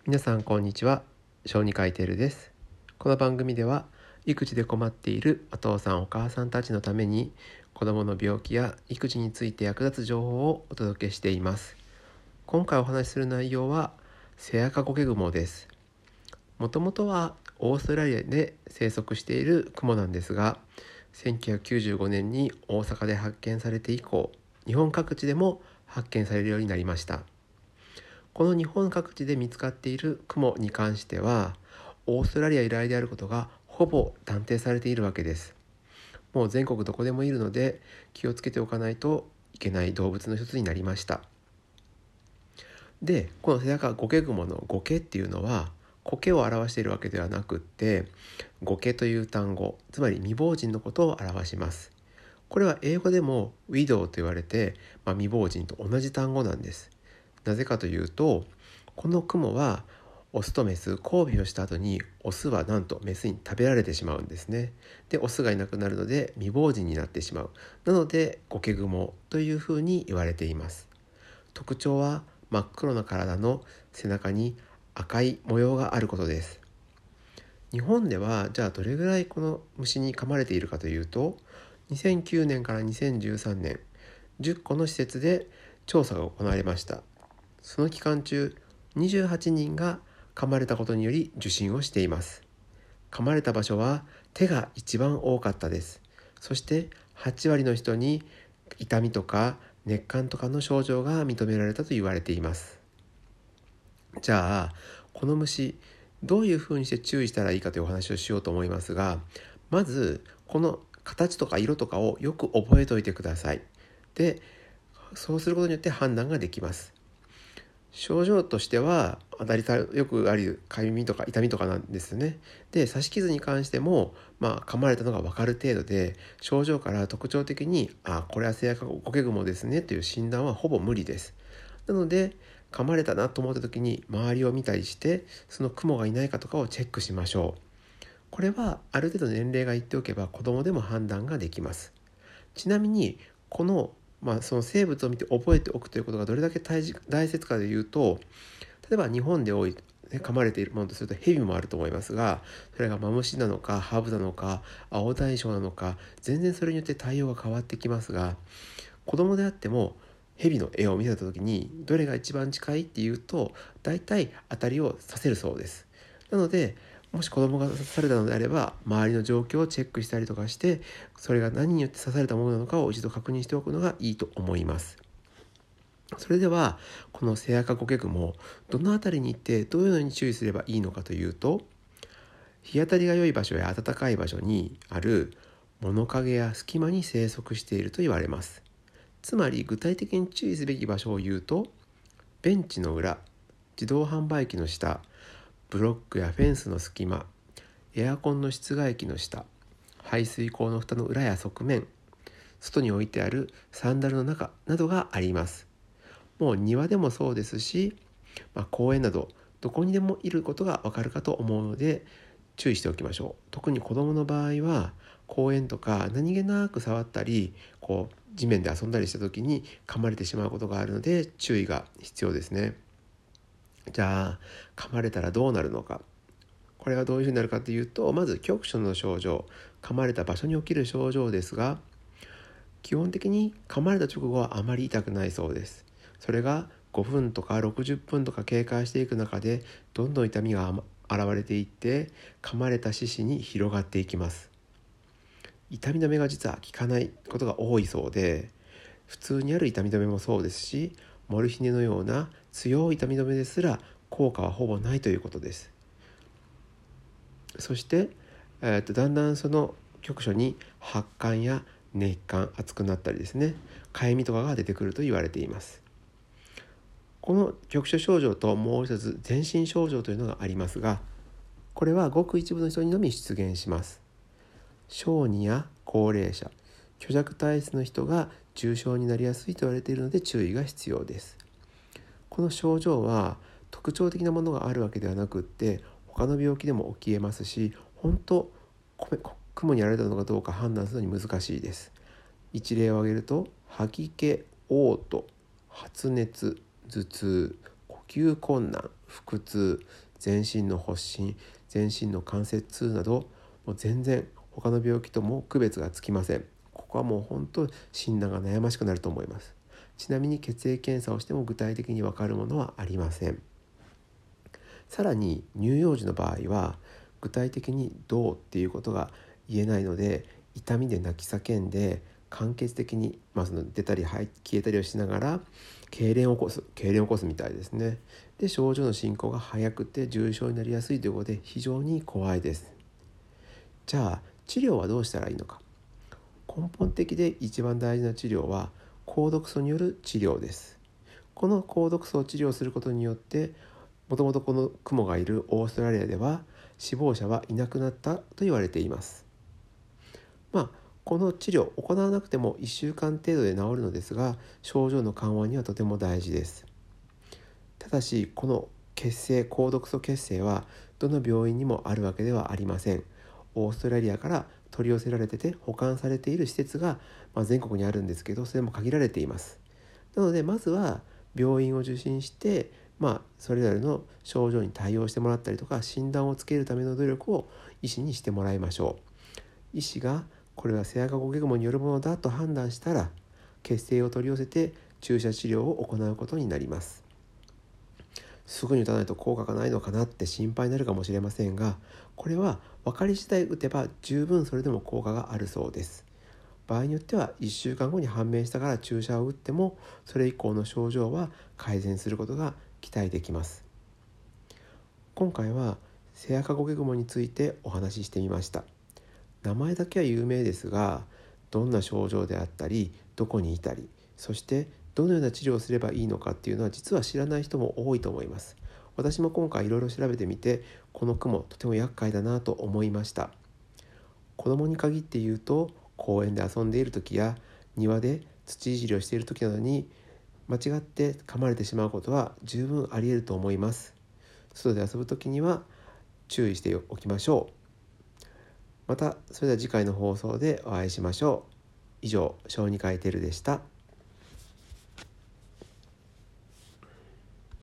皆さんこんにちは。小児科医テルです。この番組では育児で困っているお父さんお母さんたちのために子どもの病気や育児について役立つ情報をお届けしています。今回お話しする内容はセアカゴケグモです。もともとはオーストラリアで生息しているクモなんですが、1995年に大阪で発見されて以降、日本各地でも発見されるようになりました。この日本各地で見つかっているクモに関しては、オーストラリア由来であることがほぼ断定されているわけです。もう全国どこでもいるので気をつけておかないといけない動物の一つになりました。で、このセアカゴケグモのゴケっていうのは苔を表しているわけではなくって、ゴケという単語、つまり未亡人のことを表します。これは英語でもウィドウと言われて、未亡人と同じ単語なんです。なぜかというと、このクモはオスとメス交尾をした後にオスはなんとメスに食べられてしまうんですね。で、オスがいなくなるので未亡人になってしまう。なのでゴケグモというふうに言われています。特徴は真っ黒な体の背中に赤い模様があることです。日本ではじゃあどれぐらいこの虫に噛まれているかというと、2009年から2013年10個の施設で調査が行われました。その期間中28人が噛まれたことにより受診をしています。噛まれた場所は手が一番多かったです。そして8割の人に痛みとか熱感とかの症状が認められたと言われています。じゃあこの虫どういうふうにして注意したらいいかというお話をしようと思いますが、まずこの形とか色とかをよく覚えておいてください。で、そうすることによって判断ができます。症状としてはよくあるかゆみとか痛みとかなんですね。で、刺し傷に関しても、噛まれたのが分かる程度で、症状から特徴的にこれはセアカゴケグモですねという診断はほぼ無理です。なので噛まれたなと思った時に周りを見たりして、そのクモがいないかとかをチェックしましょう。これはある程度年齢がいっておけば子供でも判断ができます。ちなみにこのその生物を見て覚えておくということがどれだけ大切かでいうと、例えば日本で多い噛まれているものとするとヘビもあると思いますが、それがマムシなのかハブなのか青大将なのか、全然それによって対応が変わってきますが、子供であってもヘビの絵を見せた時にどれが一番近いっていうと、大体当たりをさせるそうです。なのでもし子供が刺されたのであれば、周りの状況をチェックしたりとかして、それが何によって刺されたものなのかを一度確認しておくのがいいと思います。それではこのセアカゴケグモ、どのあたりに行ってどういうのに注意すればいいのかというと、日当たりが良い場所や暖かい場所にある物陰や隙間に生息していると言われます。つまり具体的に注意すべき場所を言うと、ベンチの裏、自動販売機の下、ブロックやフェンスの隙間、エアコンの室外機の下、排水口の蓋の裏や側面、外に置いてあるサンダルの中などがあります。もう庭でもそうですし、公園などどこにでもいることがわかるかと思うので注意しておきましょう。特に子どもの場合は公園とか何気なく触ったり地面で遊んだりした時に噛まれてしまうことがあるので注意が必要ですね。じゃあ噛まれたらどうなるのか。これがどういうふうになるかというと、まず局所の症状、噛まれた場所に起きる症状ですが、基本的に噛まれた直後はあまり痛くないそうです。それが5分とか60分とか経過していく中でどんどん痛みが現れていって、噛まれた四肢に広がっていきます。痛み止めが実は効かないことが多いそうで、普通にある痛み止めもそうですし、モルヒネのような強い痛み止めですら効果はほぼないということです。そして、だんだんその局所に発汗や熱感、熱くなったりですね、かゆみとかが出てくると言われています。この局所症状ともう一つ全身症状というのがありますが、これはごく一部の人にのみ出現します。小児や高齢者、虚弱体質の人が重症になりやすいと言われているので注意が必要です。この症状は特徴的なものがあるわけではなくって、他の病気でも起きえますし、本当雲にやられたのかどうか判断するのに難しいです。一例を挙げると、吐き気、嘔吐、発熱、頭痛、呼吸困難、腹痛、全身の発疹、全身の関節痛など、もう全然他の病気とも区別がつきません。ここはもう本当診断が悩ましくなると思います。ちなみに血液検査をしても具体的に分かるものはありません。さらに乳幼児の場合は具体的にどうっていうことが言えないので、痛みで泣き叫んで間欠的に、その出たり消えたりをしながら痙攣を起こすみたいですね。で、症状の進行が早くて重症になりやすいということで非常に怖いです。じゃあ治療はどうしたらいいのか。根本的で一番大事な治療は抗毒素による治療です。この抗毒素を治療することによって、もともとこのクモがいるオーストラリアでは死亡者はいなくなったと言われています。この治療を行わなくても1週間程度で治るのですが、症状の緩和にはとても大事です。ただしこの抗毒素血清はどの病院にもあるわけではありません。オーストラリアから取り寄せられてて保管されている施設が、全国にあるんですけど、それも限られています。なのでまずは病院を受診して、それぞれの症状に対応してもらったりとか、診断をつけるための努力を医師にしてもらいましょう。医師がこれはセアカゴケグモによるものだと判断したら、血清を取り寄せて注射治療を行うことになります。すぐに打たないと効果がないのかなって心配になるかもしれませんが、これは分かり次第打てば十分それでも効果があるそうです。場合によっては1週間後に判明したから注射を打っても、それ以降の症状は改善することが期待できます。今回はセアカゴケグモについてお話ししてみました。名前だけは有名ですが、どんな症状であったり、どこにいたり、そしてどのような治療をすればいいのかっていうのは実は知らない人も多いと思います。私も今回いろいろ調べてみて、このクモとても厄介だなと思いました。子供に限って言うと、公園で遊んでいる時や庭で土いじりをしている時などに間違って噛まれてしまうことは十分あり得ると思います。外で遊ぶ時には注意しておきましょう。またそれでは次回の放送でお会いしましょう。以上、小児科医テルでした。